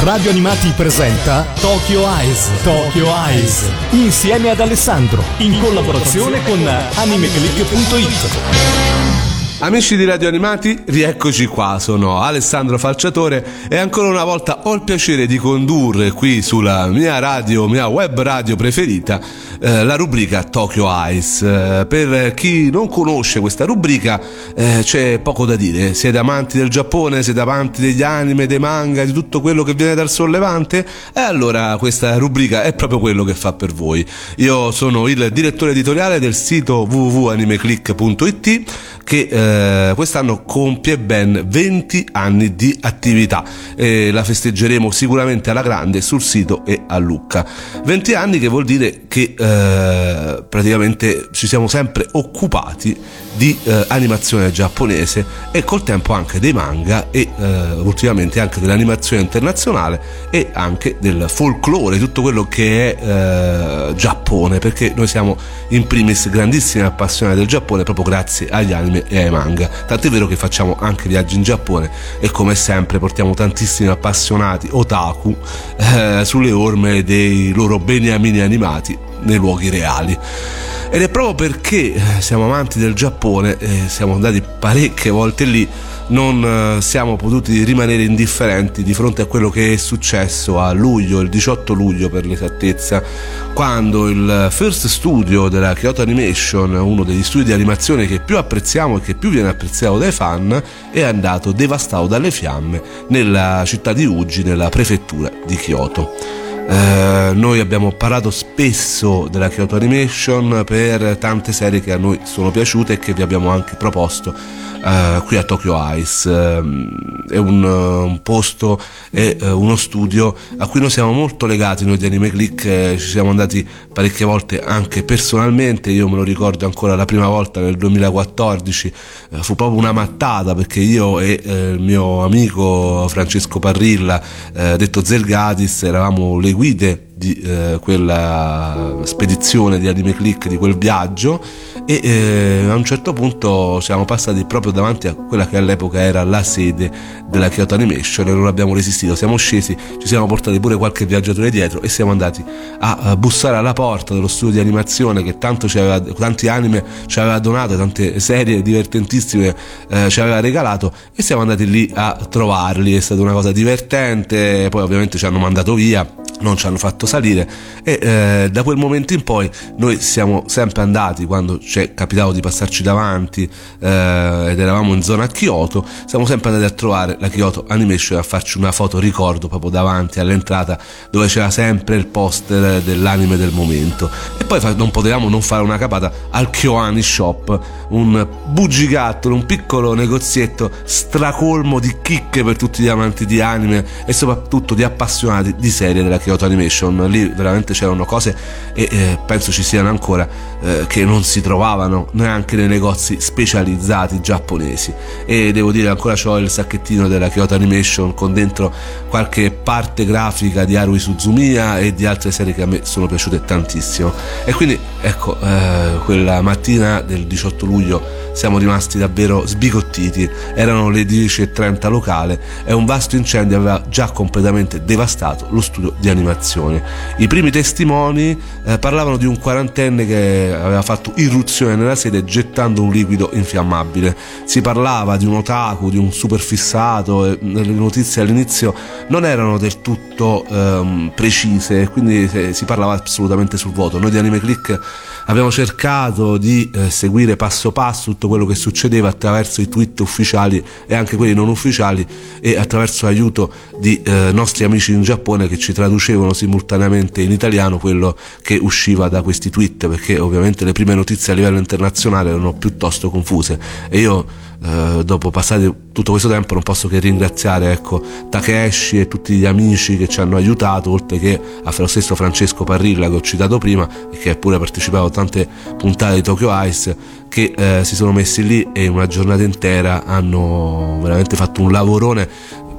Radio Animati presenta Tokyo Eyes. Tokyo Eyes. Insieme ad Alessandro. In collaborazione con animeclick.it. Amici di Radio Animati, rieccoci qua, sono Alessandro Falciatore e ancora una volta ho il piacere di condurre qui sulla mia web radio preferita, la rubrica Tokyo Eyes. Per chi non conosce questa rubrica c'è poco da dire. Siete amanti del Giappone, siete amanti degli anime, dei manga, di tutto quello che viene dal sollevante? E allora questa rubrica è proprio quello che fa per voi. Io sono il direttore editoriale del sito www.animeclick.it che quest'anno compie ben 20 anni di attività e la festeggeremo sicuramente alla grande sul sito e a Lucca. 20 anni che vuol dire che praticamente ci siamo sempre occupati di animazione giapponese e col tempo anche dei manga e ultimamente anche dell'animazione internazionale e anche del folklore, tutto quello che è Giappone, perché noi siamo in primis grandissimi appassionati del Giappone proprio grazie agli anime e ai manga, tant'è vero che facciamo anche viaggi in Giappone e come sempre portiamo tantissimi appassionati otaku sulle orme dei loro beniamini animati nei luoghi reali. Ed è proprio perché siamo amanti del Giappone e siamo andati parecchie volte lì, non siamo potuti rimanere indifferenti di fronte a quello che è successo a luglio, il 18 luglio per l'esattezza, quando il First Studio della Kyoto Animation, uno degli studi di animazione che più apprezziamo e che più viene apprezzato dai fan, è andato devastato dalle fiamme nella città di Uji, nella prefettura di Kyoto. Noi abbiamo parlato spesso della Kyoto Animation per tante serie che a noi sono piaciute e che vi abbiamo anche proposto qui a Tokyo Eyes. È un posto, è uno studio a cui noi siamo molto legati, noi di Anime Click, ci siamo andati parecchie volte anche personalmente. Io me lo ricordo ancora la prima volta nel 2014, fu proprio una mattata perché io e il mio amico Francesco Parrilla, detto Zelgadis, eravamo le guide di quella spedizione di Anime Click, di quel viaggio, e a un certo punto siamo passati proprio davanti a quella che all'epoca era la sede della Kyoto Animation e non abbiamo resistito, siamo scesi, ci siamo portati pure qualche viaggiatore dietro e siamo andati a bussare alla porta dello studio di animazione che tanti anime ci aveva donato, tante serie divertentissime ci aveva regalato, e siamo andati lì a trovarli. È stata una cosa divertente, poi ovviamente ci hanno mandato via, non ci hanno fatto salire, e da quel momento in poi noi siamo sempre andati, quando ci è capitato di passarci davanti ed eravamo in zona Kyoto, siamo sempre andati a trovare la Kyoto Animation e a farci una foto ricordo proprio davanti all'entrata, dove c'era sempre il poster dell'anime del momento. E poi non potevamo non fare una capata al Kyoani Shop, un bugigattolo, un piccolo negozietto stracolmo di chicche per tutti gli amanti di anime e soprattutto di appassionati di serie della Kyoto Animation. Lì veramente c'erano cose, e penso ci siano ancora, che non si trovavano neanche nei negozi specializzati giapponesi. E devo dire, ancora c'ho il sacchettino della Kyoto Animation con dentro qualche parte grafica di Haruhi Suzumiya e di altre serie che a me sono piaciute tantissimo. E quindi ecco, quella mattina del 18 luglio siamo rimasti davvero sbigottiti. Erano le 10:30 locale e un vasto incendio aveva già completamente devastato lo studio di animazione. I primi testimoni parlavano di un quarantenne che aveva fatto irruzione nella sede gettando un liquido infiammabile. Si parlava di un otaku, di un super fissato, e le notizie all'inizio non erano del tutto precise, quindi si parlava assolutamente sul vuoto. Noi di Anime Click abbiamo cercato di seguire passo passo tutto quello che succedeva attraverso i tweet ufficiali e anche quelli non ufficiali, e attraverso l'aiuto di nostri amici in Giappone che ci traducevano simultaneamente in italiano quello che usciva da questi tweet, perché ovviamente le prime notizie a livello internazionale erano piuttosto confuse. E io dopo passare tutto questo tempo non posso che ringraziare Takeshi e tutti gli amici che ci hanno aiutato, oltre che a lo stesso Francesco Parrilla che ho citato prima e che ha pure partecipato a tante puntate di Tokyo Eyes, che si sono messi lì e in una giornata intera hanno veramente fatto un lavorone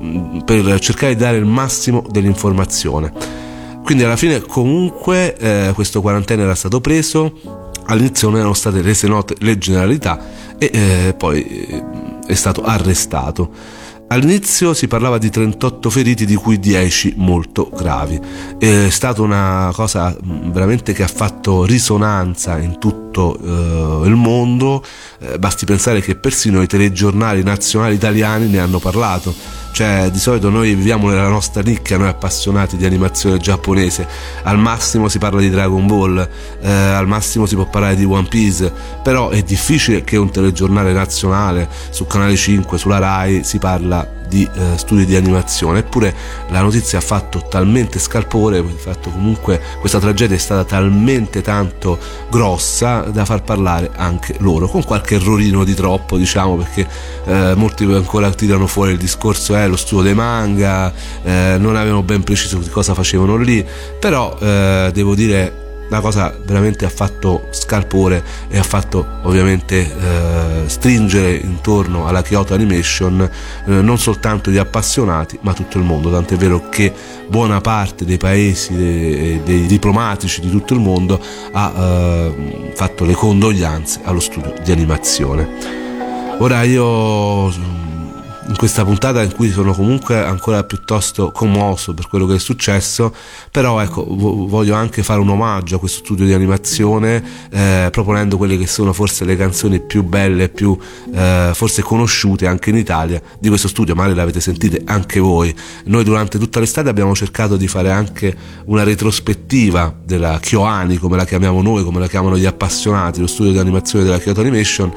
per cercare di dare il massimo dell'informazione. Quindi alla fine comunque questo quarantenne era stato preso. All'inizio non erano state rese note le generalità e poi è stato arrestato. All'inizio si parlava di 38 feriti, di cui 10 molto gravi. È stata una cosa veramente che ha fatto risonanza in tutto il mondo, basti pensare che persino i telegiornali nazionali italiani ne hanno parlato. Cioè, di solito noi viviamo nella nostra nicchia, noi appassionati di animazione giapponese, al massimo si parla di Dragon Ball, al massimo si può parlare di One Piece, però è difficile che un telegiornale nazionale su Canale 5, sulla Rai, si parla di studi di animazione. Eppure la notizia ha fatto talmente scalpore, il fatto comunque questa tragedia è stata talmente tanto grossa da far parlare anche loro, con qualche errorino di troppo, diciamo, perché molti ancora tirano fuori il discorso lo studio dei manga, non avevano ben preciso di cosa facevano lì, però devo dire la cosa veramente ha fatto scalpore e ha fatto ovviamente stringere intorno alla Kyoto Animation non soltanto gli appassionati ma tutto il mondo, tant'è vero che buona parte dei paesi dei diplomatici di tutto il mondo ha fatto le condoglianze allo studio di animazione. Ora io in questa puntata, in cui sono comunque ancora piuttosto commosso per quello che è successo, però ecco, voglio anche fare un omaggio a questo studio di animazione, proponendo quelle che sono forse le canzoni più belle, più forse conosciute anche in Italia di questo studio. Magari l'avete sentite anche voi. Noi durante tutta l'estate abbiamo cercato di fare anche una retrospettiva della KyoAni, come la chiamiamo noi, come la chiamano gli appassionati, lo studio di animazione della Kyoto Animation,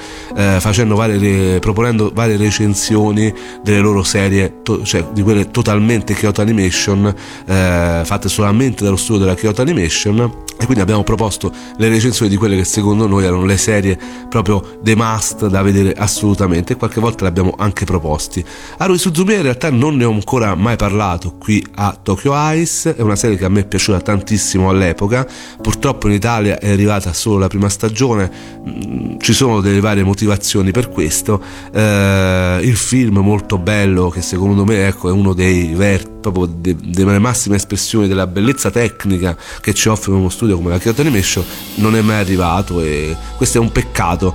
proponendo varie recensioni delle loro serie, cioè di quelle totalmente Kyoto Animation, fatte solamente dallo studio della Kyoto Animation. E quindi abbiamo proposto le recensioni di quelle che secondo noi erano le serie proprio dei must da vedere assolutamente, e qualche volta le abbiamo anche proposti. Haruhi Suzumiya in realtà non ne ho ancora mai parlato qui a Tokyo Ice, è una serie che a me è piaciuta tantissimo all'epoca, purtroppo in Italia è arrivata solo la prima stagione, ci sono delle varie motivazioni per questo. Il film molto bello, che secondo me ecco è uno dei proprio delle massime espressioni della bellezza tecnica che ci offre uno studio come la Kyoto Animation, non è mai arrivato, e questo è un peccato.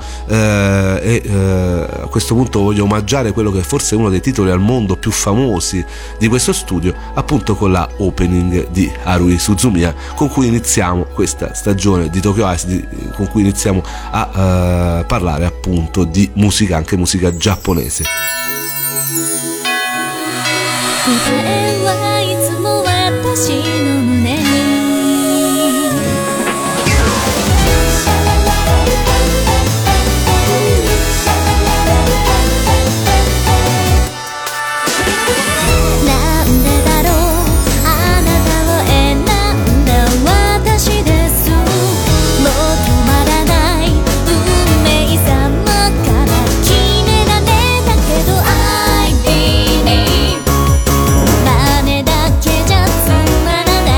A questo punto voglio omaggiare quello che è forse uno dei titoli al mondo più famosi di questo studio, appunto con la opening di Haruhi Suzumiya, con cui iniziamo questa stagione di Tokyo Ice, con cui iniziamo a parlare appunto di musica, anche musica giapponese. 答えはいつも私の胸になんでだろうあなたを選んだ私ですもう止まらない運命様から決められたけど I believe 真似だけじゃつまらない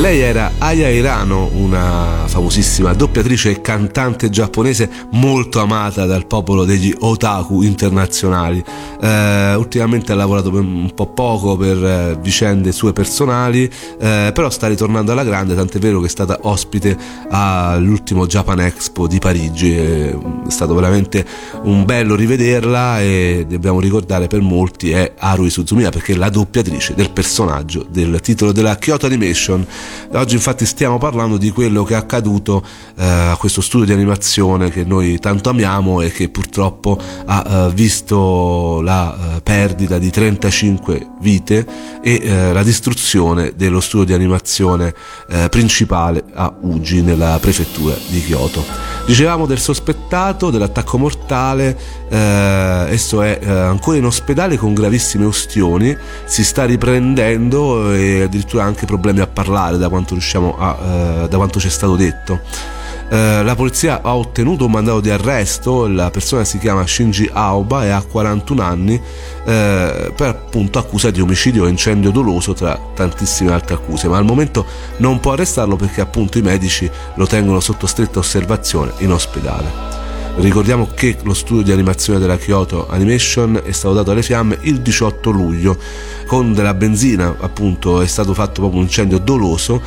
Lei era Aya Hirano, una famosissima doppiatrice e cantante giapponese molto amata dal popolo degli otaku internazionali. Ultimamente ha lavorato per un po' poco per vicende sue personali, però sta ritornando alla grande, tant'è vero che è stata ospite all'ultimo Japan Expo di Parigi. È stato veramente un bello rivederla, e dobbiamo ricordare, per molti è Haruhi Suzumiya perché è la doppiatrice del personaggio del titolo della Kyoto Animation. Oggi infatti stiamo parlando di quello che è accaduto a questo studio di animazione che noi tanto amiamo e che purtroppo ha visto la perdita di 35 vite e la distruzione dello studio di animazione principale a Uji, nella prefettura di Kyoto. Dicevamo del sospettato dell'attacco mortale, esso è ancora in ospedale con gravissime ustioni, si sta riprendendo e addirittura ha anche problemi a parlare, da quanto ci è stato detto. La polizia ha ottenuto un mandato di arresto, la persona si chiama Shinji Aoba e ha 41 anni, per appunto accusa di omicidio e incendio doloso tra tantissime altre accuse, ma al momento non può arrestarlo perché appunto i medici lo tengono sotto stretta osservazione in ospedale. Ricordiamo che lo studio di animazione della Kyoto Animation è stato dato alle fiamme il 18 luglio con della benzina, appunto è stato fatto proprio un incendio doloso,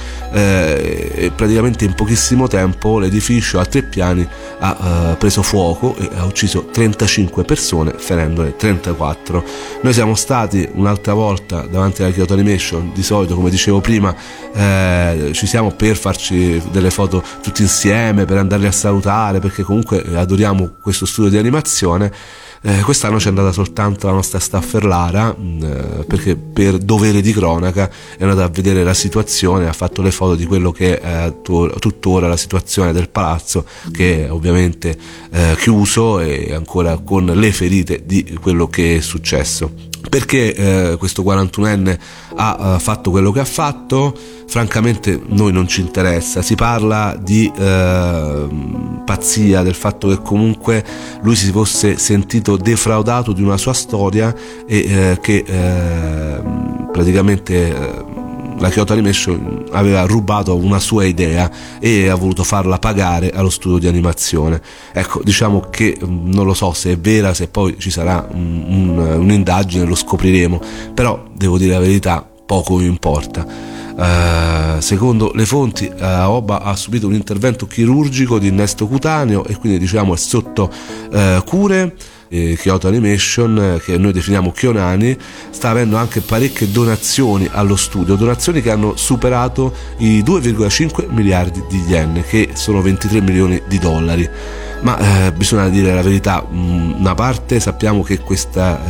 e praticamente in pochissimo tempo l'edificio a 3 piani ha preso fuoco e ha ucciso 35 persone, ferendone 34. Noi siamo stati un'altra volta davanti alla Kyoto Animation, di solito come dicevo prima ci siamo per farci delle foto tutti insieme, per andarli a salutare, perché comunque adoriamo questo studio di animazione. Quest'anno c'è andata soltanto la nostra staffer Lara, perché per dovere di cronaca è andata a vedere la situazione, ha fatto le foto di quello che è tuttora la situazione del palazzo, che è ovviamente chiuso e ancora con le ferite di quello che è successo. Perché questo 41enne ha fatto quello che ha fatto? Francamente noi non ci interessa. Si parla di pazzia, del fatto che comunque lui si fosse sentito defraudato di una sua storia e che praticamente la Kyoto Animation aveva rubato una sua idea e ha voluto farla pagare allo studio di animazione. Ecco, diciamo che non lo so se è vera, se poi ci sarà un'indagine, lo scopriremo, però devo dire la verità, poco mi importa. Secondo le fonti Aoba ha subito un intervento chirurgico di innesto cutaneo e quindi diciamo è sotto cure. Kyoto Animation, che noi definiamo Kionani, sta avendo anche parecchie donazioni allo studio, donazioni che hanno superato i 2,5 miliardi di yen, che sono 23 milioni di dollari. Ma bisogna dire la verità, una parte sappiamo che questa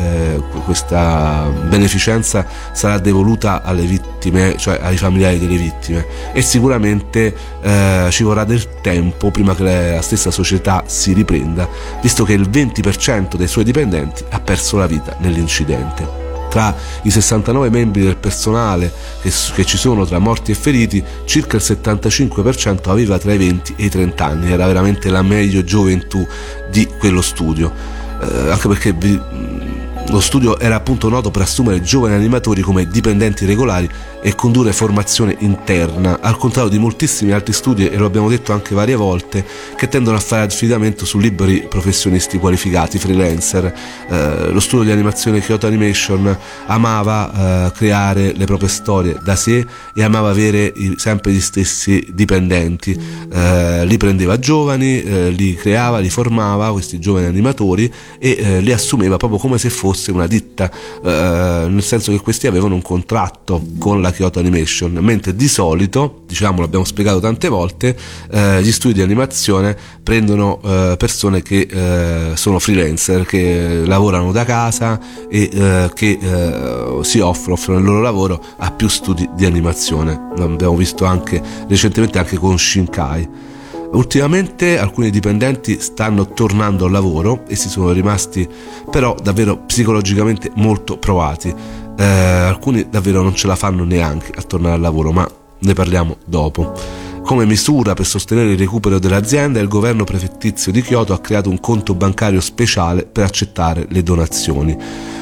beneficenza sarà devoluta alle vittime, cioè ai familiari delle vittime, e sicuramente ci vorrà del tempo prima che la stessa società si riprenda, visto che il 20% dei suoi dipendenti ha perso la vita nell'incidente. Tra i 69 membri del personale che ci sono tra morti e feriti, circa il 75% aveva tra i 20 e i 30 anni, era veramente la meglio gioventù di quello studio, anche perché lo studio era appunto noto per assumere giovani animatori come dipendenti regolari e condurre formazione interna, al contrario di moltissimi altri studi, e lo abbiamo detto anche varie volte, che tendono a fare affidamento su liberi professionisti qualificati, freelancer. Lo studio di animazione Kyoto Animation amava creare le proprie storie da sé e amava avere sempre gli stessi dipendenti, li prendeva giovani, li creava, li formava, questi giovani animatori, e li assumeva proprio come se fosse una ditta, nel senso che questi avevano un contratto con la Kyoto Animation, mentre di solito, diciamo, l'abbiamo spiegato tante volte, gli studi di animazione prendono persone che sono freelancer, che lavorano da casa e che si offrono il loro lavoro a più studi di animazione. L'abbiamo visto anche recentemente anche con Shinkai. Ultimamente alcuni dipendenti stanno tornando al lavoro e si sono rimasti però davvero psicologicamente molto provati. Alcuni davvero non ce la fanno neanche a tornare al lavoro, ma ne parliamo dopo. Come misura per sostenere il recupero dell'azienda, il governo prefettizio di Kyoto ha creato un conto bancario speciale per accettare le donazioni.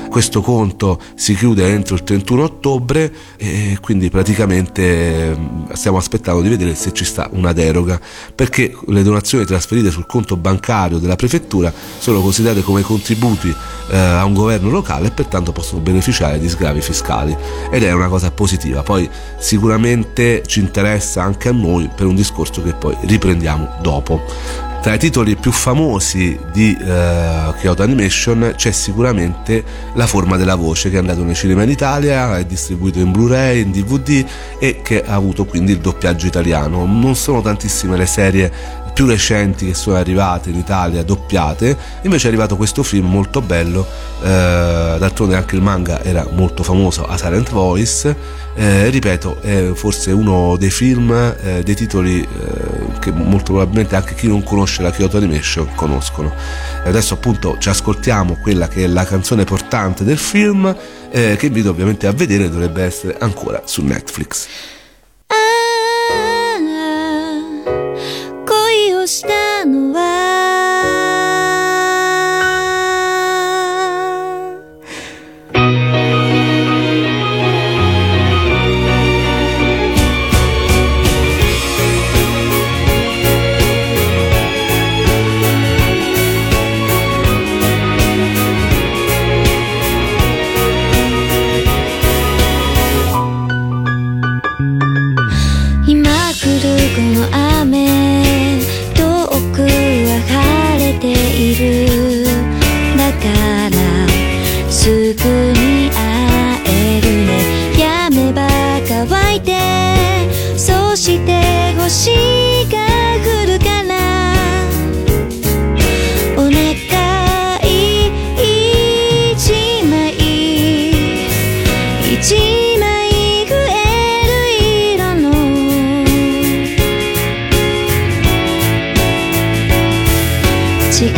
questo conto si chiude entro il 31 ottobre e quindi praticamente stiamo aspettando di vedere se ci sta una deroga, perché le donazioni trasferite sul conto bancario della prefettura sono considerate come contributi a un governo locale e pertanto possono beneficiare di sgravi fiscali, ed è una cosa positiva. Poi sicuramente ci interessa anche a noi per un discorso che poi riprendiamo dopo. Tra i titoli più famosi di Kyoto Animation c'è sicuramente La forma della voce, che è andato nei cinema in Italia, è distribuito in Blu-ray, in DVD e che ha avuto quindi il doppiaggio italiano. Non sono tantissime le serie più recenti che sono arrivate in Italia doppiate, invece è arrivato questo film molto bello, d'altronde anche il manga era molto famoso, A Silent Voice. Ripeto, è forse uno dei film, dei titoli che molto probabilmente anche chi non conosce la Kyoto Animation conoscono. Adesso appunto ci ascoltiamo quella che è la canzone portante del film, che invito ovviamente a vedere, dovrebbe essere ancora su Netflix. 恋をしたのは今降るこの雨、遠くは晴れている。だからすぐに会えるね。やめば乾いて、そして星が降るから、お願い一枚一枚増える色の違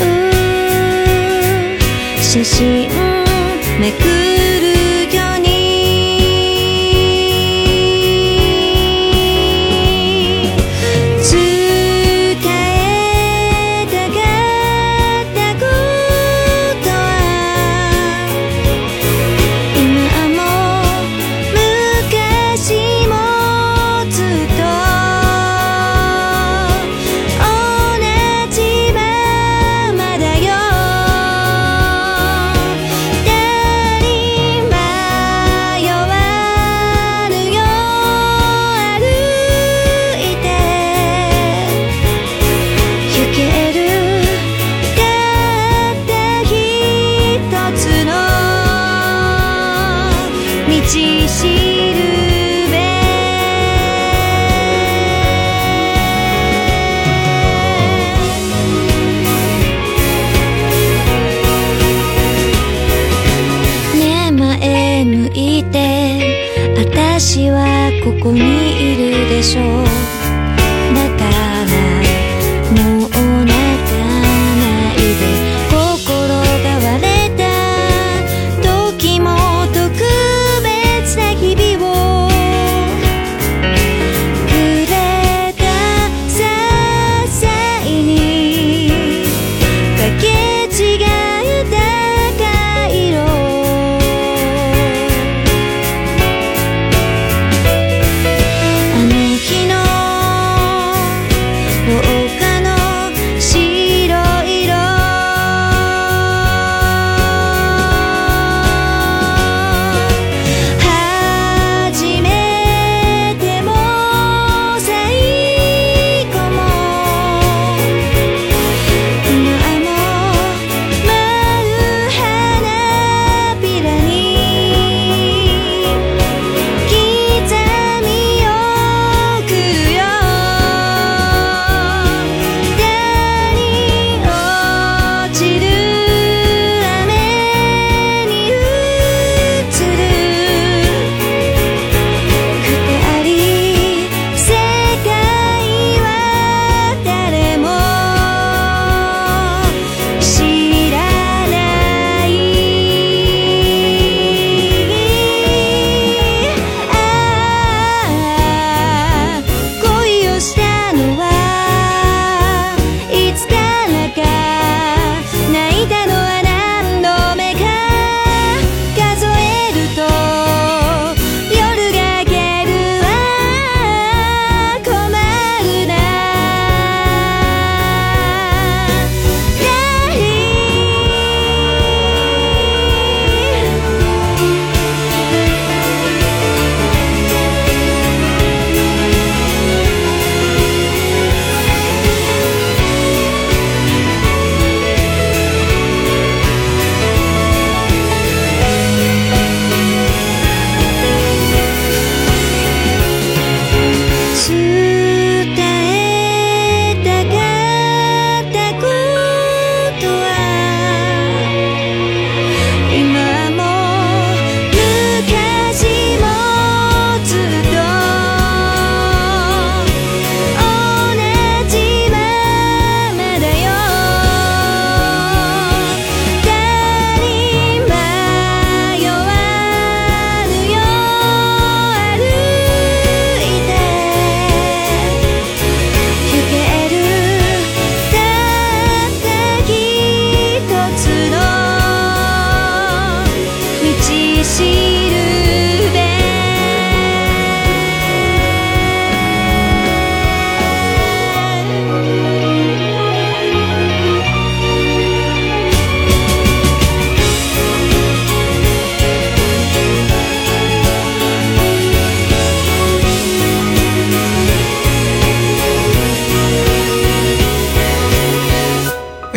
う写真めくるように使えたかったことは今も昔もずっと同じままだよ。誰に迷わぬよ歩いて行けるたった一つの道しるべ。ねえ前向いて、私はここにいるでしょう。だからもう泣かないで。心が割れた時も特別な日々をくれた些細にかけ違えた回路。あの日の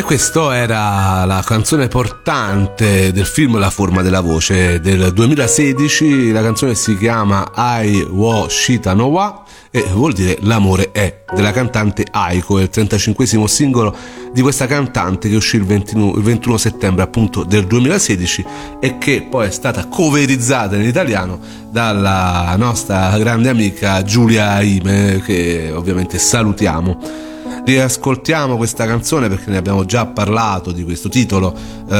questa era la canzone portante del film La forma della voce del 2016. La canzone si chiama Ai wo shita no wa e vuol dire l'amore è, della cantante Aiko. È il 35esimo singolo di questa cantante che uscì il 21 settembre appunto del 2016 e che poi è stata coverizzata in italiano dalla nostra grande amica Giulia Aime, che ovviamente salutiamo. Riascoltiamo questa canzone perché ne abbiamo già parlato di questo titolo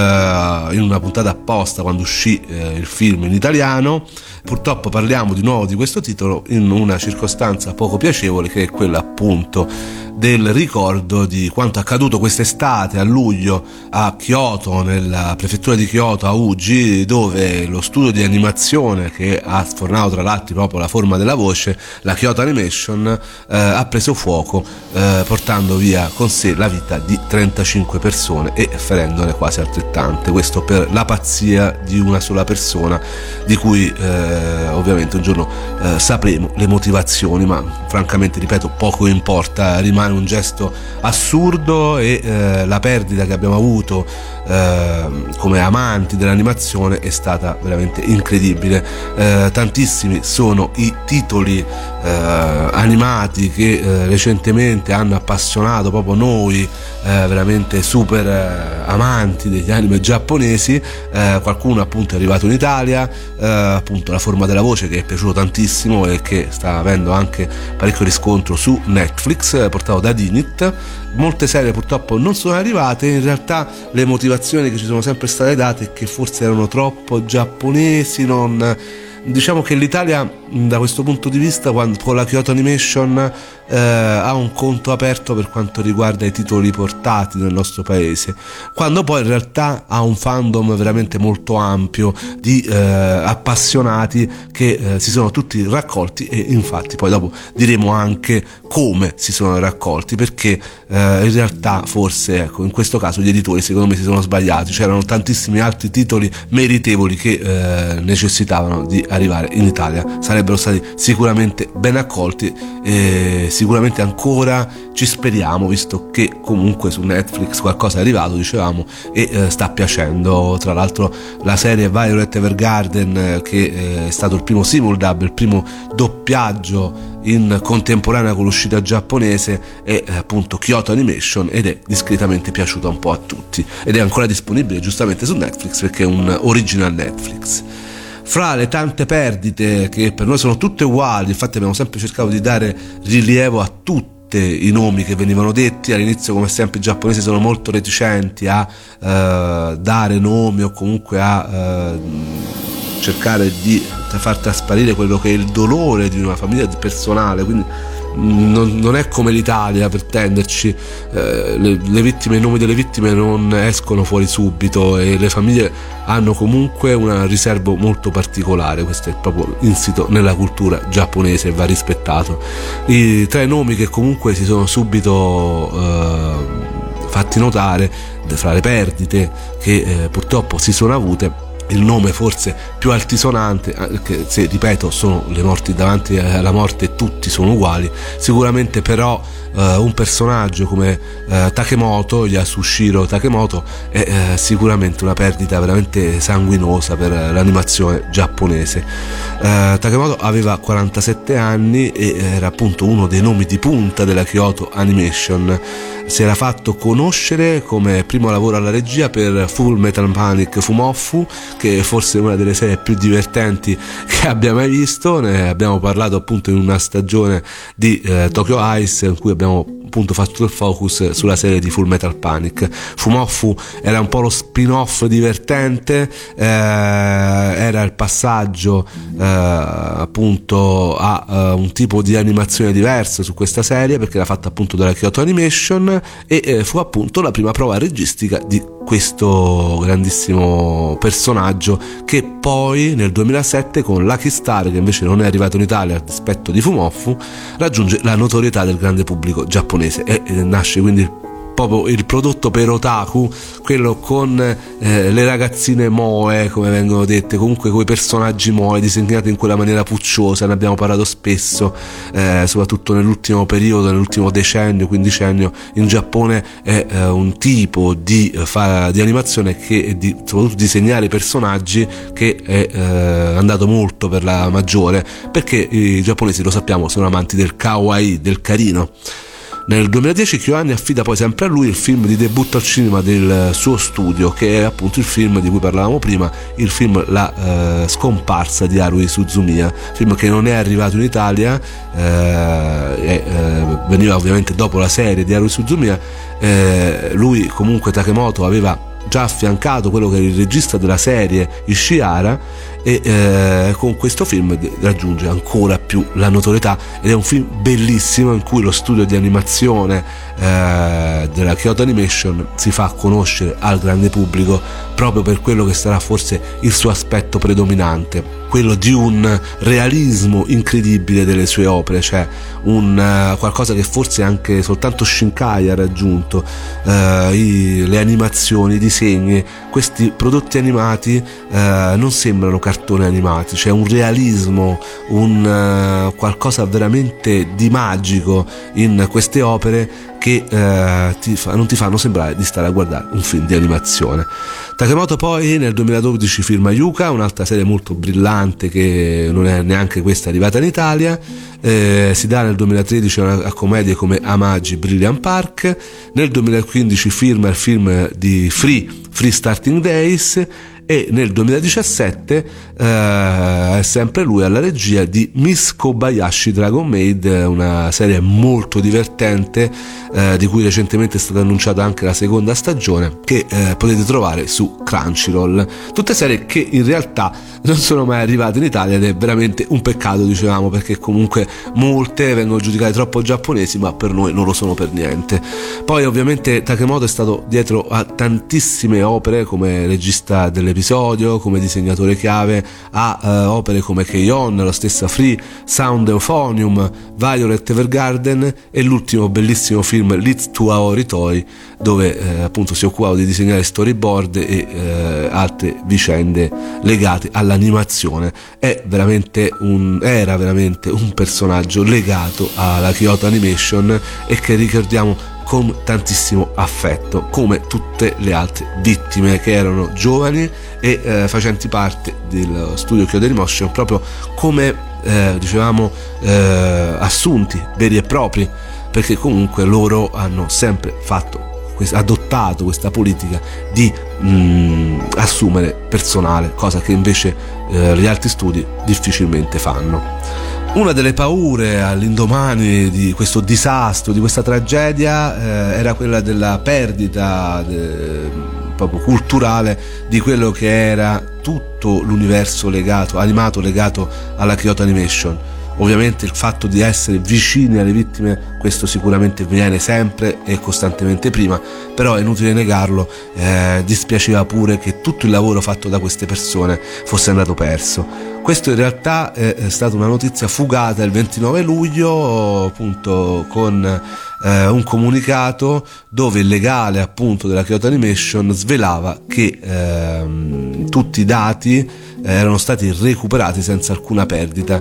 in una puntata apposta quando uscì il film in italiano. Purtroppo parliamo di nuovo di questo titolo in una circostanza poco piacevole, che è quella appunto del ricordo di quanto accaduto quest'estate a luglio a Kyoto, nella prefettura di Kyoto, a Uji, dove lo studio di animazione che ha sfornato tra l'altro proprio La forma della voce, la Kyoto Animation, ha preso fuoco, portando via con sé la vita di 35 persone e ferendone quasi altrettante. Questo per la pazzia di una sola persona, di cui ovviamente un giorno sapremo le motivazioni, ma francamente, ripeto, poco importa. Rimane un gesto assurdo e la perdita che abbiamo avuto come amanti dell'animazione è stata veramente incredibile. Tantissimi sono i titoli animati che recentemente hanno appassionato proprio noi veramente super amanti degli anime giapponesi. Qualcuno appunto è arrivato in Italia, appunto La forma della voce, che è piaciuto tantissimo e che sta avendo anche parecchio riscontro su Netflix, portato da Dinit. Molte serie purtroppo non sono arrivate. In realtà le motivazioni che ci sono sempre state date è che forse erano troppo giapponesi. Diciamo che l'Italia da questo punto di vista, con la Kyoto Animation, ha un conto aperto per quanto riguarda i titoli portati nel nostro paese, quando poi in realtà ha un fandom veramente molto ampio di appassionati che si sono tutti raccolti, e infatti poi dopo diremo anche come si sono raccolti, perché in realtà forse, ecco, in questo caso gli editori secondo me si sono sbagliati. C'erano tantissimi altri titoli meritevoli che necessitavano di arrivare in Italia, sarebbero stati sicuramente ben accolti e sicuramente ancora ci speriamo, visto che comunque su Netflix qualcosa è arrivato, dicevamo, e sta piacendo. Tra l'altro la serie Violet Evergarden, che è stato il primo simuldub, il primo doppiaggio in contemporanea con l'uscita giapponese, è appunto Kyoto Animation, ed è discretamente piaciuta un po' a tutti, ed è ancora disponibile giustamente su Netflix perché è un original Netflix. Fra le tante perdite, che per noi sono tutte uguali, infatti abbiamo sempre cercato di dare rilievo a tutti i nomi che venivano detti. All'inizio, come sempre, i giapponesi sono molto reticenti a dare nomi o comunque a cercare di far trasparire quello che è il dolore di una famiglia personale, quindi non è come l'Italia, per tenderci, le vittime, i nomi delle vittime non escono fuori subito e le famiglie hanno comunque un riservo molto particolare. Questo è proprio insito nella cultura giapponese e va rispettato. I tre nomi che comunque si sono subito fatti notare fra le perdite che purtroppo si sono avute, il nome forse più altisonante, che, se ripeto, sono le morti davanti alla morte, tutti sono uguali, sicuramente però un personaggio come Takemoto, Yasushiro Takemoto, è sicuramente una perdita veramente sanguinosa per l'animazione giapponese. Takemoto aveva 47 anni e era appunto uno dei nomi di punta della Kyoto Animation. Si era fatto conoscere come primo lavoro alla regia per Full Metal Panic Fumoffu, che è forse una delle serie più divertenti che abbia mai visto. Ne abbiamo parlato appunto in una stagione di Tokyo Ice, in cui abbiamo appunto fatto il focus sulla serie di Full Metal Panic. Fumoffu era un po' lo spin-off divertente, era il passaggio appunto a un tipo di animazione diverso su questa serie, perché era fatta appunto dalla Kyoto Animation, e fu appunto la prima prova registica di questo grandissimo personaggio, che poi nel 2007 con Lucky Star, che invece non è arrivato in Italia a dispetto di Fumoffu, raggiunge la notorietà del grande pubblico giapponese e nasce quindi proprio il prodotto per otaku, quello con le ragazzine moe, come vengono dette, comunque quei personaggi moe disegnati in quella maniera pucciosa. Ne abbiamo parlato spesso, soprattutto nell'ultimo periodo, nell'ultimo decennio, quindicennio, in Giappone è un tipo di animazione che soprattutto disegnare i personaggi che è andato molto per la maggiore, perché i giapponesi, lo sappiamo, sono amanti del kawaii, del carino. Nel 2010 KyoAni affida poi sempre a lui il film di debutto al cinema del suo studio, che è appunto il film di cui parlavamo prima, il film La scomparsa di Haruhi Suzumiya, film che non è arrivato in Italia, veniva ovviamente dopo la serie di Haruhi Suzumiya. Lui comunque, Takemoto, aveva già affiancato quello che era il regista della serie, Ishihara, e con questo film raggiunge ancora più la notorietà, ed è un film bellissimo in cui lo studio di animazione della Kyoto Animation si fa conoscere al grande pubblico proprio per quello che sarà forse il suo aspetto predominante, quello di un realismo incredibile delle sue opere, cioè qualcosa che forse anche soltanto Shinkai ha raggiunto. Le animazioni, i disegni, questi prodotti animati non sembrano cartoni animati, c'è un realismo, qualcosa veramente di magico in queste opere che non ti fanno sembrare di stare a guardare un film di animazione. Takemoto poi nel 2012 firma Yuka, un'altra serie molto brillante che non è neanche questa arrivata in Italia. Si dà nel 2013 a commedie come Amagi, Brilliant Park. Nel 2015 firma il film di Free Starting Days, e nel 2017 è sempre lui alla regia di Miss Kobayashi Dragon Maid, una serie molto divertente di cui recentemente è stata annunciata anche la seconda stagione, che potete trovare su Crunchyroll. Tutte serie che in realtà non sono mai arrivate in Italia, ed è veramente un peccato, dicevamo, perché comunque molte vengono giudicate troppo giapponesi, ma per noi non lo sono per niente. Poi ovviamente Takemoto è stato dietro a tantissime opere come regista dell'episodio, come disegnatore chiave, a opere come Keion, la stessa Free, Sound Euphonium, Violet Evergarden e l'ultimo bellissimo film Leads to Aori Toi, dove appunto si occupava di disegnare storyboard e altre vicende legate all'animazione. Era veramente un personaggio legato alla Kyoto Animation e che ricordiamo con tantissimo affetto, come tutte le altre vittime che erano giovani e facenti parte del studio Kyoto Animation, proprio come dicevamo assunti veri e propri, perché comunque loro hanno sempre adottato questa politica di assumere personale, cosa che invece gli altri studi difficilmente fanno. Una delle paure all'indomani di questo disastro, di questa tragedia, era quella della perdita proprio culturale di quello che era tutto l'universo animato legato alla Kyoto Animation. Ovviamente il fatto di essere vicini alle vittime, questo sicuramente viene sempre e costantemente prima, però è inutile negarlo, dispiaceva pure che tutto il lavoro fatto da queste persone fosse andato perso. Questo in realtà è stata una notizia fugata il 29 luglio, appunto, con un comunicato dove il legale appunto della Kyoto Animation svelava che tutti i dati erano stati recuperati senza alcuna perdita,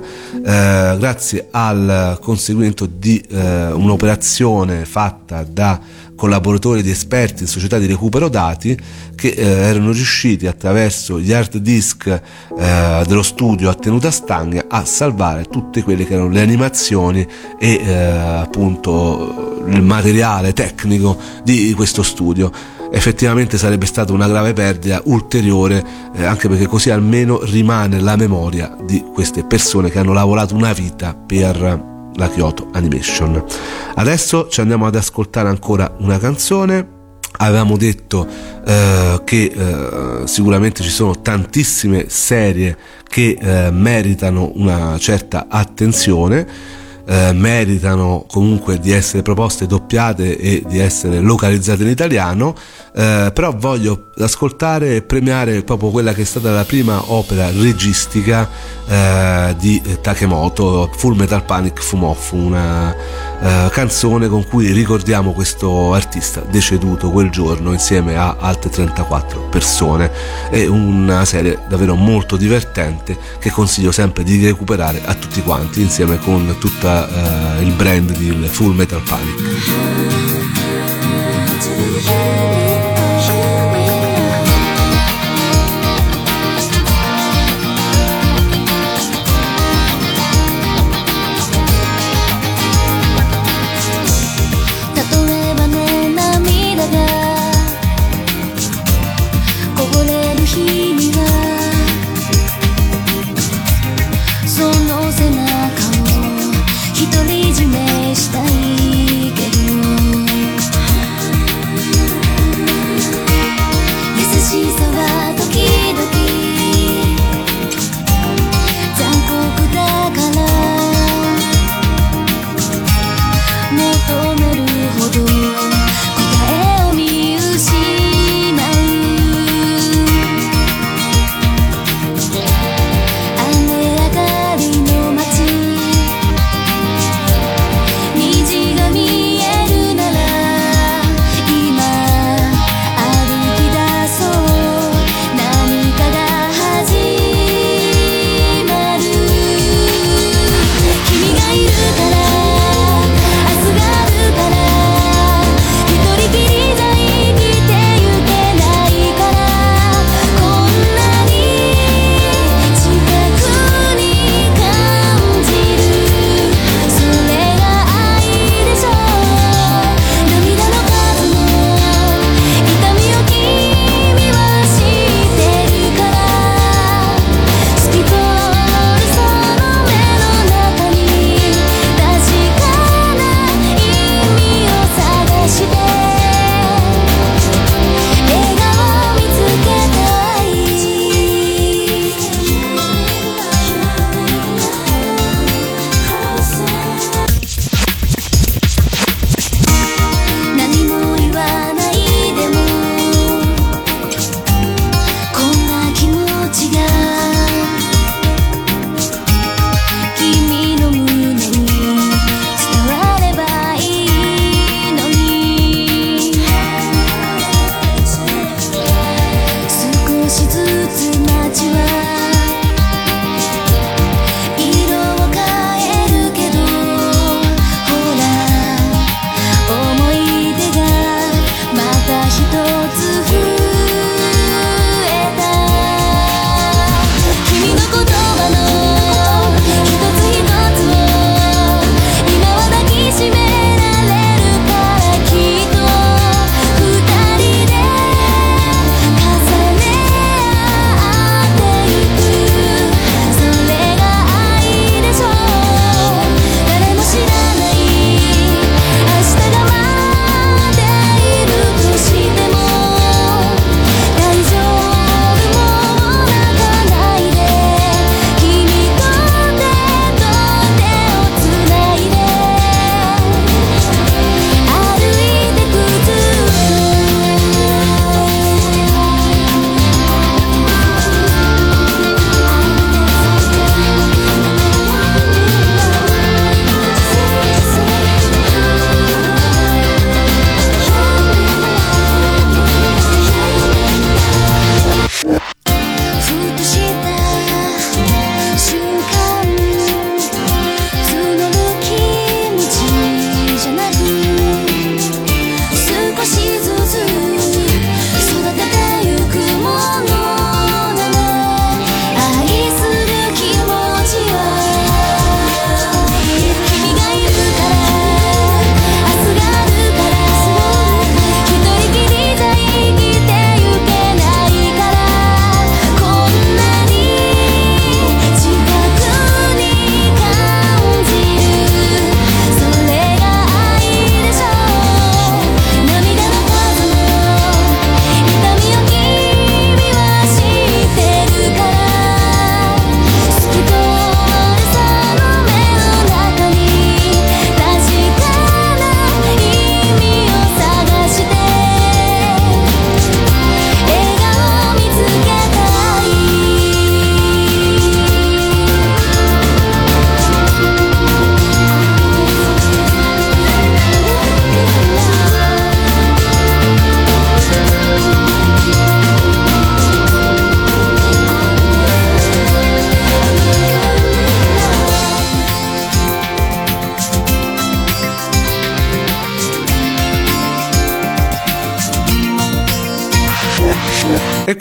grazie al conseguimento di un'operazione fatta da collaboratori di esperti in società di recupero dati che erano riusciti attraverso gli hard disk dello studio a tenuta stagna a salvare tutte quelle che erano le animazioni e appunto il materiale tecnico di questo studio. Effettivamente sarebbe stata una grave perdita ulteriore, anche perché così almeno rimane la memoria di queste persone che hanno lavorato una vita per la Kyoto Animation. Adesso ci andiamo ad ascoltare ancora una canzone. Avevamo detto che sicuramente ci sono tantissime serie che meritano una certa attenzione, meritano comunque di essere proposte doppiate e di essere localizzate in italiano, però voglio ascoltare e premiare proprio quella che è stata la prima opera registica di Takemoto, Full Metal Panic Fumofu, una canzone con cui ricordiamo questo artista deceduto quel giorno insieme a altre 34 persone. È una serie davvero molto divertente che consiglio sempre di recuperare a tutti quanti insieme con tutto il brand di Full Metal Panic. したいけど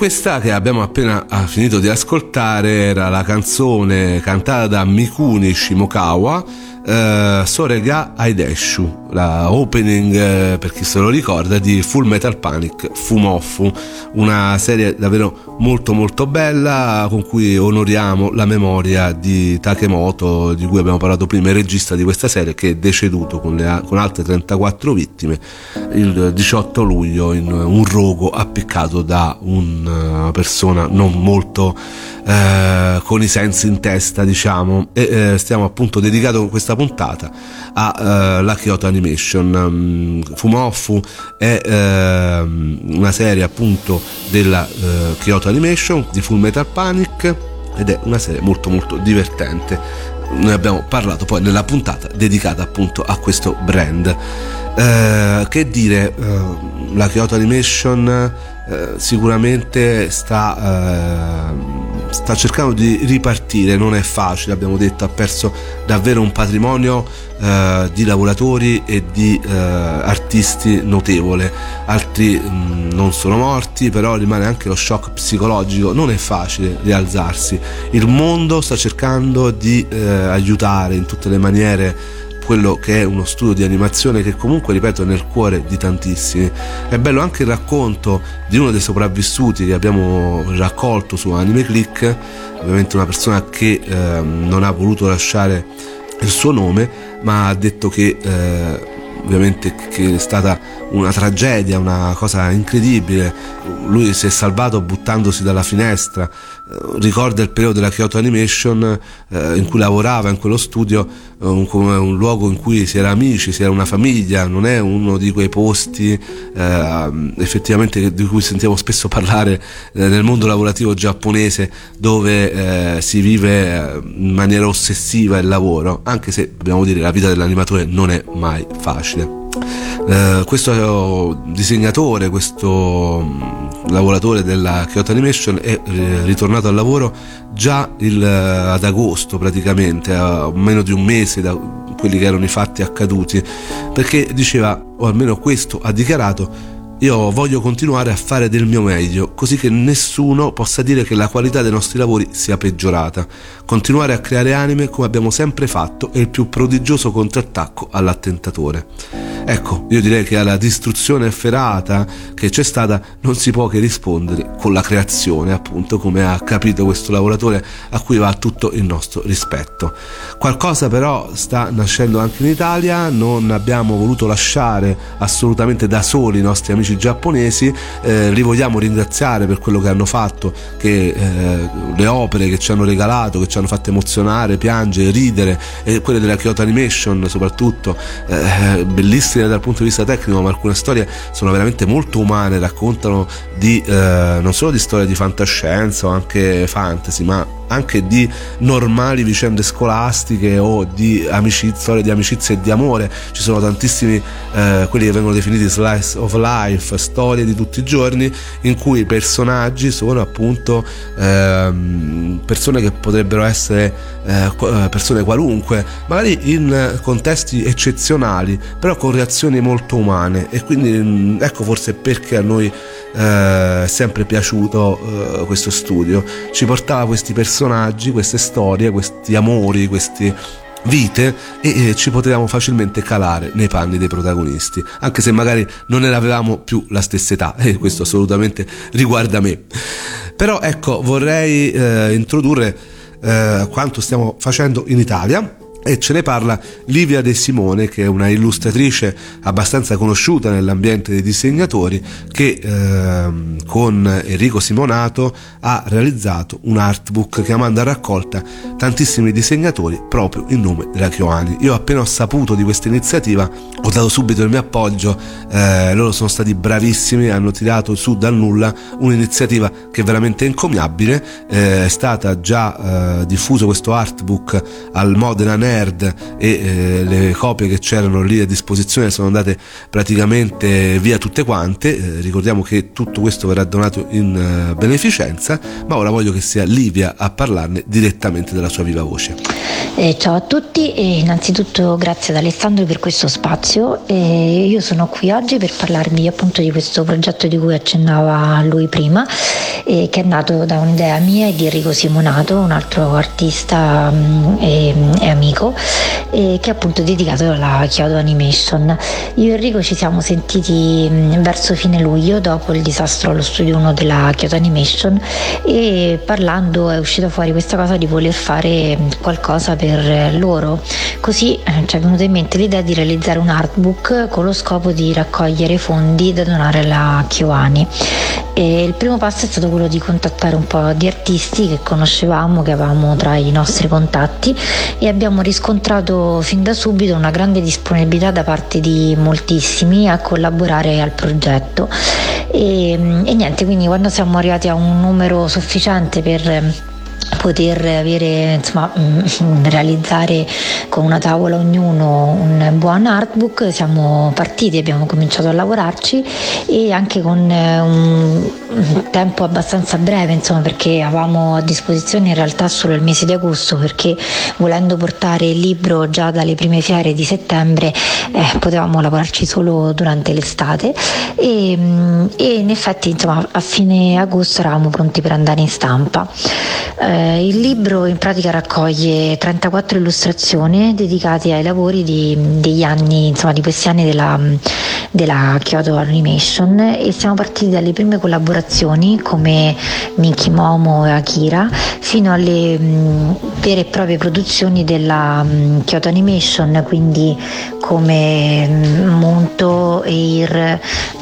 questa che abbiamo appena finito di ascoltare era la canzone cantata da Mikuni Shimokawa, Sorega Aideshu, la opening, per chi se lo ricorda, di Full Metal Panic Fumoffu, una serie davvero molto molto bella con cui onoriamo la memoria di Takemoto, di cui abbiamo parlato prima, il regista di questa serie, che è deceduto con altre 34 vittime il 18 luglio in un rogo appiccato da una persona non molto con i sensi in testa, diciamo. E stiamo appunto dedicato questa puntata alla Kyoto Animation. Fumoffu è una serie appunto della Kyoto Animation di Full Metal Panic, ed è una serie molto molto divertente. Noi abbiamo parlato poi nella puntata dedicata appunto a questo brand. Che dire, la Kyoto Animation sicuramente sta cercando di ripartire, non è facile, abbiamo detto, ha perso davvero un patrimonio di lavoratori e di artisti notevole. Altri non sono morti, però rimane anche lo shock psicologico, non è facile rialzarsi. Il mondo sta cercando di aiutare in tutte le maniere quello che è uno studio di animazione che comunque, ripeto, è nel cuore di tantissimi. È bello anche il racconto di uno dei sopravvissuti che abbiamo raccolto su Anime Click, ovviamente una persona che non ha voluto lasciare il suo nome, ma ha detto che ovviamente che è stata una tragedia, una cosa incredibile. Lui si è salvato buttandosi dalla finestra. Ricorda il periodo della Kyoto Animation in cui lavorava in quello studio, come un luogo in cui si era amici, si era una famiglia. Non è uno di quei posti effettivamente di cui sentiamo spesso parlare nel mondo lavorativo giapponese, dove si vive in maniera ossessiva il lavoro, anche se dobbiamo dire la vita dell'animatore non è mai facile. Questo disegnatore, questo lavoratore della Kyoto Animation è ritornato al lavoro già ad agosto, praticamente a meno di un mese da quelli che erano i fatti accaduti, perché diceva, o almeno questo ha dichiarato: io voglio continuare a fare del mio meglio, così che nessuno possa dire che la qualità dei nostri lavori sia peggiorata. Continuare a creare anime come abbiamo sempre fatto è il più prodigioso contrattacco all'attentatore. Ecco, io direi che alla distruzione efferata che c'è stata non si può che rispondere con la creazione, appunto, come ha capito questo lavoratore, a cui va tutto il nostro rispetto. Qualcosa però sta nascendo anche in Italia. Non abbiamo voluto lasciare assolutamente da soli i nostri amici giapponesi, li vogliamo ringraziare per quello che hanno fatto, che le opere che ci hanno regalato, che ci hanno fatto emozionare, piangere, ridere, e quelle della Kyoto Animation soprattutto, bellissime dal punto di vista tecnico, ma alcune storie sono veramente molto umane, raccontano di non solo di storie di fantascienza o anche fantasy, ma anche di normali vicende scolastiche o di storie di amicizia e di amore. Ci sono tantissimi quelli che vengono definiti slice of life, storie di tutti i giorni, in cui i personaggi sono appunto persone che potrebbero essere persone qualunque, magari in contesti eccezionali, però con reazioni molto umane. E quindi ecco forse perché a noi è sempre piaciuto questo studio. Ci portava questi personaggi, queste storie, questi amori, queste vite, e ci potevamo facilmente calare nei panni dei protagonisti, anche se magari non ne avevamo più la stessa età, e questo assolutamente riguarda me. Però ecco, vorrei introdurre quanto stiamo facendo in Italia, e ce ne parla Livia De Simone, che è una illustratrice abbastanza conosciuta nell'ambiente dei disegnatori, che con Enrico Simonato ha realizzato un artbook chiamando a raccolta tantissimi disegnatori proprio in nome della KyoAni. Io appena ho saputo di questa iniziativa ho dato subito il mio appoggio. Loro sono stati bravissimi, hanno tirato su dal nulla un'iniziativa che è veramente encomiabile. È stata già diffuso questo artbook al Modena Nerd e le copie che c'erano lì a disposizione sono andate praticamente via tutte quante. Ricordiamo che tutto questo verrà donato in beneficenza, ma ora voglio che sia Livia a parlarne direttamente dalla sua viva voce. Ciao a tutti e innanzitutto grazie ad Alessandro per questo spazio. Io sono qui oggi per parlarvi appunto di questo progetto di cui accennava lui prima, che è nato da un'idea mia e di Enrico Simonato, un altro artista e amico, che è appunto dedicato alla Kyoto Animation. Io e Enrico ci siamo sentiti verso fine luglio dopo il disastro allo studio 1 della Kyoto Animation, e parlando è uscita fuori questa cosa di voler fare qualcosa per loro. Così ci è venuta in mente l'idea di realizzare un artbook con lo scopo di raccogliere fondi da donare alla KyoAni. E il primo passo è stato quello di contattare un po' di artisti che conoscevamo, che avevamo tra i nostri contatti, e abbiamo riscontrato fin da subito una grande disponibilità da parte di moltissimi a collaborare al progetto. E niente, quindi quando siamo arrivati a un numero sufficiente per poter avere, insomma, realizzare con una tavola ognuno un buon artbook, siamo partiti, abbiamo cominciato a lavorarci, e anche con un tempo abbastanza breve, insomma, perché avevamo a disposizione in realtà solo il mese di agosto, perché volendo portare il libro già dalle prime fiere di settembre potevamo lavorarci solo durante l'estate, e in effetti, insomma, a fine agosto eravamo pronti per andare in stampa. Il libro in pratica raccoglie 34 illustrazioni dedicate ai lavori degli anni, insomma, di questi anni della Kyoto Animation, e siamo partiti dalle prime collaborazioni come Minky Momo e Akira fino alle vere e proprie produzioni della Kyoto Animation, quindi come Monto, Air,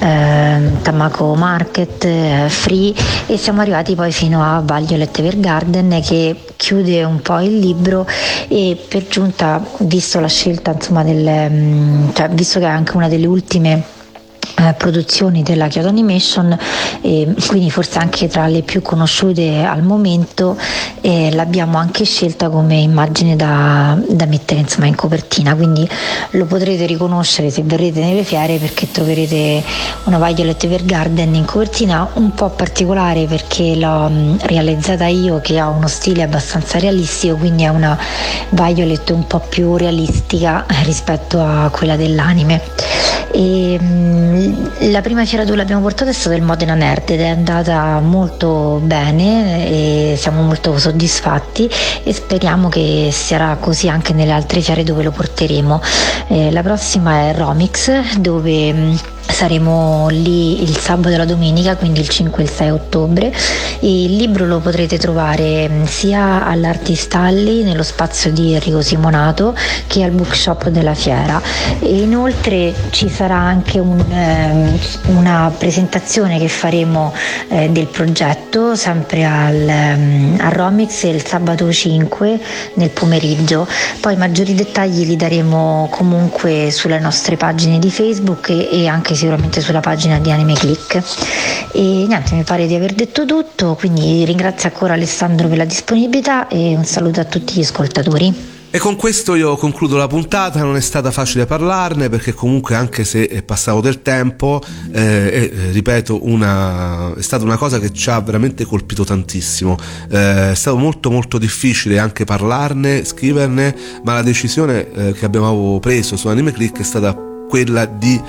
Tamako Market, Free, e siamo arrivati poi fino a Violet Evergarden, che chiude un po' il libro. E per giunta, visto la scelta, insomma, visto che è anche una delle ultime produzioni della Kyoto Animation, quindi forse anche tra le più conosciute al momento, l'abbiamo anche scelta come immagine da mettere, insomma, in copertina, quindi lo potrete riconoscere se verrete nelle fiere, perché troverete una Violet Evergarden in copertina un po' particolare, perché l'ho realizzata io, che ha uno stile abbastanza realistico, quindi è una Violet un po' più realistica rispetto a quella dell'anime. E la prima fiera dove l'abbiamo portata è stata il Modena Nerd, ed è andata molto bene e siamo molto soddisfatti, e speriamo che sarà così anche nelle altre fiere dove lo porteremo. La prossima è Romix, dove saremo lì il sabato e la domenica, quindi il 5 e il 6 ottobre. Il libro lo potrete trovare sia all'Artist Alley, nello spazio di Enrico Simonato, che al bookshop della fiera. E inoltre ci sarà anche una presentazione che faremo del progetto sempre a Romix il sabato 5 nel pomeriggio. Poi maggiori dettagli li daremo comunque sulle nostre pagine di Facebook e anche sicuramente sulla pagina di Anime Click. E niente, mi pare di aver detto tutto, quindi ringrazio ancora Alessandro per la disponibilità e un saluto a tutti gli ascoltatori. E con questo io concludo la puntata. Non è stata facile parlarne, perché comunque, anche se è passato del tempo, ripeto, è stata una cosa che ci ha veramente colpito tantissimo. È stato molto molto difficile anche parlarne, scriverne, ma la decisione che abbiamo preso su Anime Click è stata quella di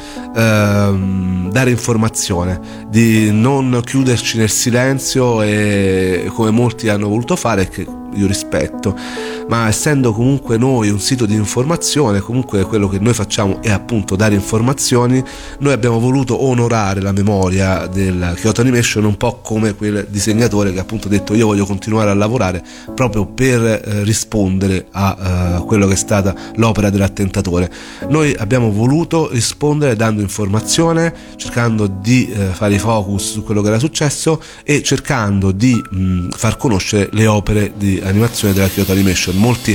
dare informazione, di non chiuderci nel silenzio, e come molti hanno voluto fare, che io rispetto, ma essendo comunque noi un sito di informazione, comunque quello che noi facciamo è appunto dare informazioni, noi abbiamo voluto onorare la memoria della Kyoto Animation, un po' come quel disegnatore che appunto ha detto: io voglio continuare a lavorare proprio per rispondere a quello che è stata l'opera dell'attentatore. Noi abbiamo voluto rispondere dando informazione, cercando di fare i focus su quello che era successo e cercando di far conoscere le opere di animazione della Kyoto Animation. Molti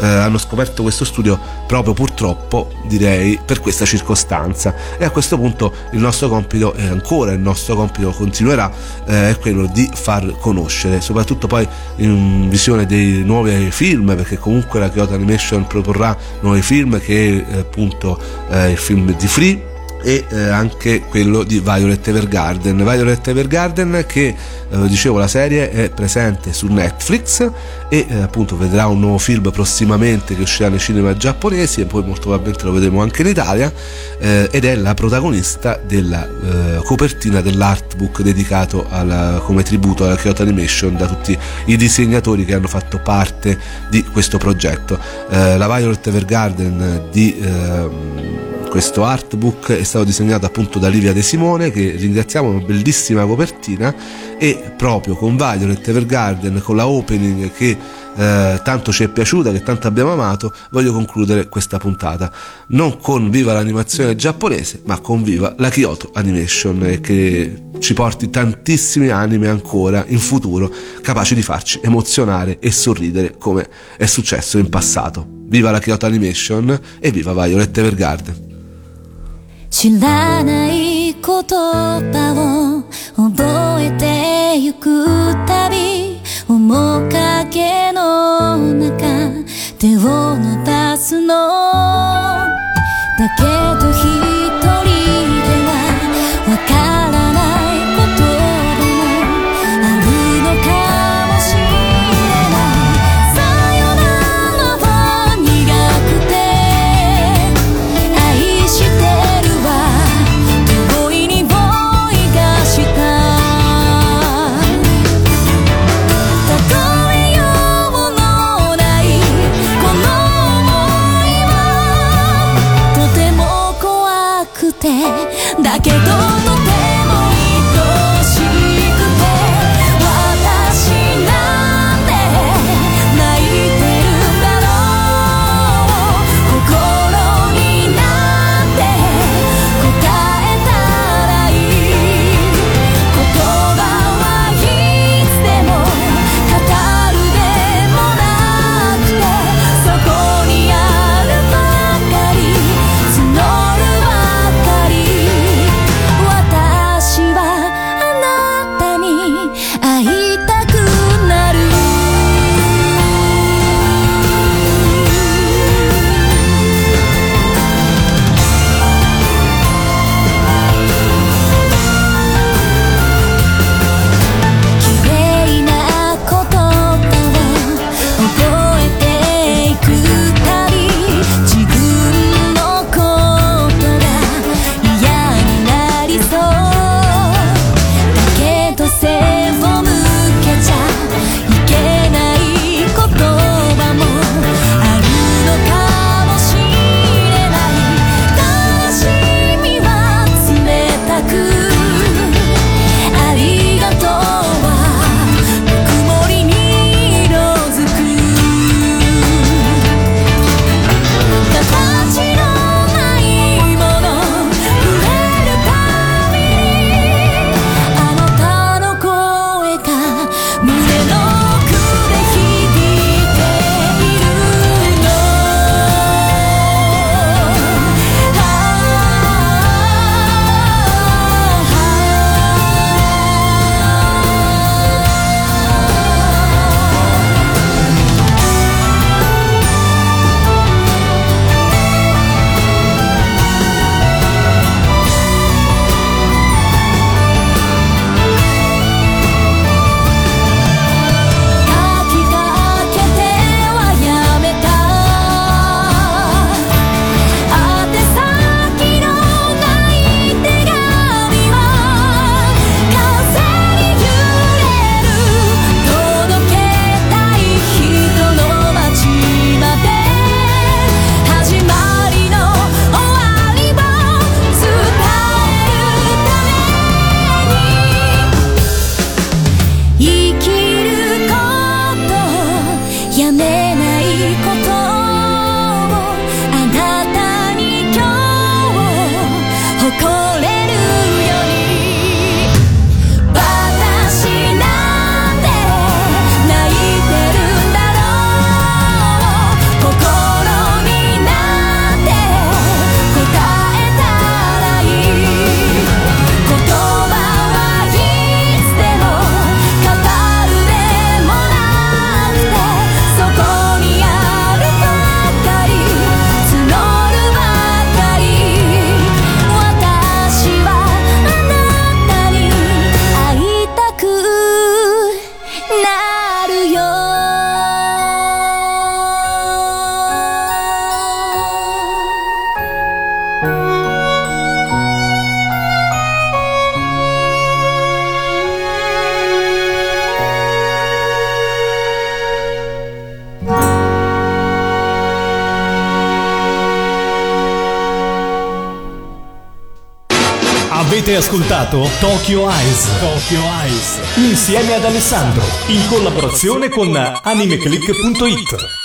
hanno scoperto questo studio proprio, purtroppo direi, per questa circostanza, e a questo punto il nostro compito, e ancora il nostro compito continuerà, è quello di far conoscere, soprattutto poi in visione dei nuovi film, perché comunque la Kyoto Animation proporrà nuovi film, che appunto il film di Free e anche quello di Violet Evergarden, che dicevo, la serie è presente su Netflix e appunto vedrà un nuovo film prossimamente che uscirà nei cinema giapponesi, e poi molto probabilmente lo vedremo anche in Italia, ed è la protagonista della copertina dell'artbook dedicato come tributo alla Kyoto Animation da tutti i disegnatori che hanno fatto parte di questo progetto. La Violet Evergarden di questo artbook è stato disegnato appunto da Livia De Simone, che ringraziamo, una bellissima copertina, e proprio con Violet Evergarden, con la opening che tanto ci è piaciuta, che tanto abbiamo amato, voglio concludere questa puntata non con viva l'animazione giapponese, ma con viva la Kyoto Animation, e che ci porti tantissimi anime ancora in futuro capaci di farci emozionare e sorridere come è successo in passato. Viva la Kyoto Animation e viva Violet Evergarden. 知らない言葉を覚えてゆくたび面影の中手を伸ばすのだけど一人ではわからないこともあるのかもしれないさよならは苦くて愛して例えようのないこの想いは Avete ascoltato Tokyo Eyes. Tokyo Eyes. Insieme ad Alessandro. In collaborazione con animeclick.it.